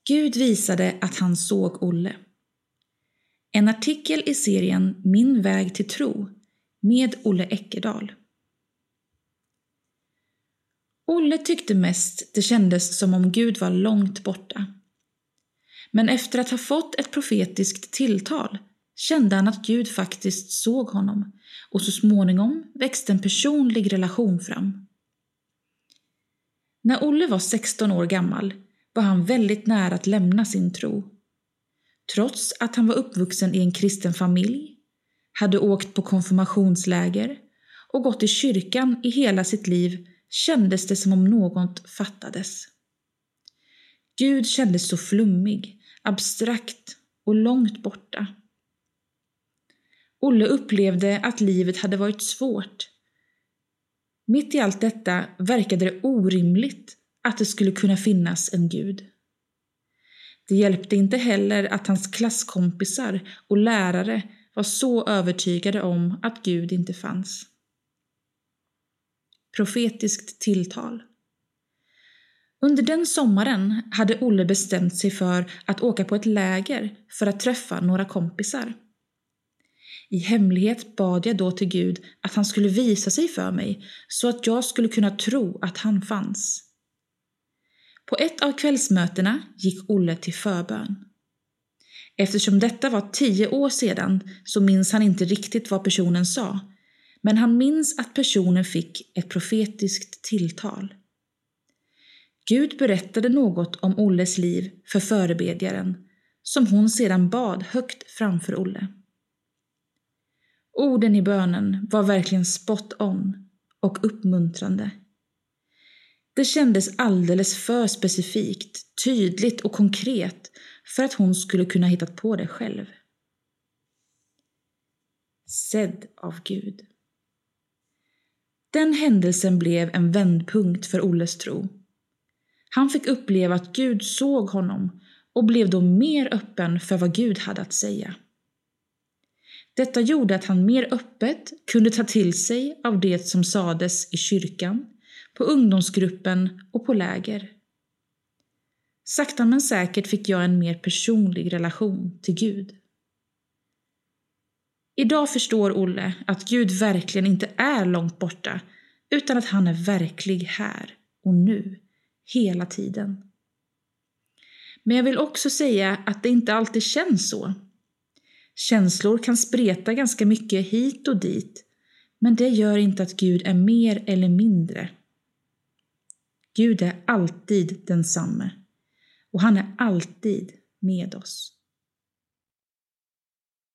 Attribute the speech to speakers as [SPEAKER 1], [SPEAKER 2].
[SPEAKER 1] Gud visade att han såg Olle. En artikel i serien Min väg till tro med Olle Eckerdahl. Olle tyckte mest det kändes som om Gud var långt borta. Men efter att ha fått ett profetiskt tilltal kände han att Gud faktiskt såg honom, och så småningom växte en personlig relation fram. När Olle var 16 år gammal var han väldigt nära att lämna sin tro. Trots att han var uppvuxen i en kristen familj, hade åkt på konfirmationsläger och gått i kyrkan i hela sitt liv, kändes det som om något fattades. Gud kändes så flummig, abstrakt och långt borta. Olle upplevde att livet hade varit svårt. Mitt i allt detta verkade det orimligt att det skulle kunna finnas en Gud. Det hjälpte inte heller att hans klasskompisar och lärare var så övertygade om att Gud inte fanns. Profetiskt tilltal. Under den sommaren hade Olle bestämt sig för att åka på ett läger för att träffa några kompisar. I hemlighet bad jag då till Gud att han skulle visa sig för mig så att jag skulle kunna tro att han fanns. På ett av kvällsmötena gick Olle till förbön. Eftersom detta var 10 år sedan så minns han inte riktigt vad personen sa, men han minns att personen fick ett profetiskt tilltal. Gud berättade något om Olles liv för förebedjaren, som hon sedan bad högt framför Olle. Orden i bönen var verkligen spot on och uppmuntrande. Det kändes alldeles för specifikt, tydligt och konkret för att hon skulle kunna hitta på det själv. Sedd av Gud. Den händelsen blev en vändpunkt för Olles tro. Han fick uppleva att Gud såg honom och blev då mer öppen för vad Gud hade att säga. Detta gjorde att han mer öppet kunde ta till sig av det som sades i kyrkan, på ungdomsgruppen och på läger. Sakta men säkert fick jag en mer personlig relation till Gud. Idag förstår Olle att Gud verkligen inte är långt borta, utan att han är verklig här och nu, hela tiden. Men jag vill också säga att det inte alltid känns så. Känslor kan spreta ganska mycket hit och dit, men det gör inte att Gud är mer eller mindre. Gud är alltid densamme, och han är alltid med oss.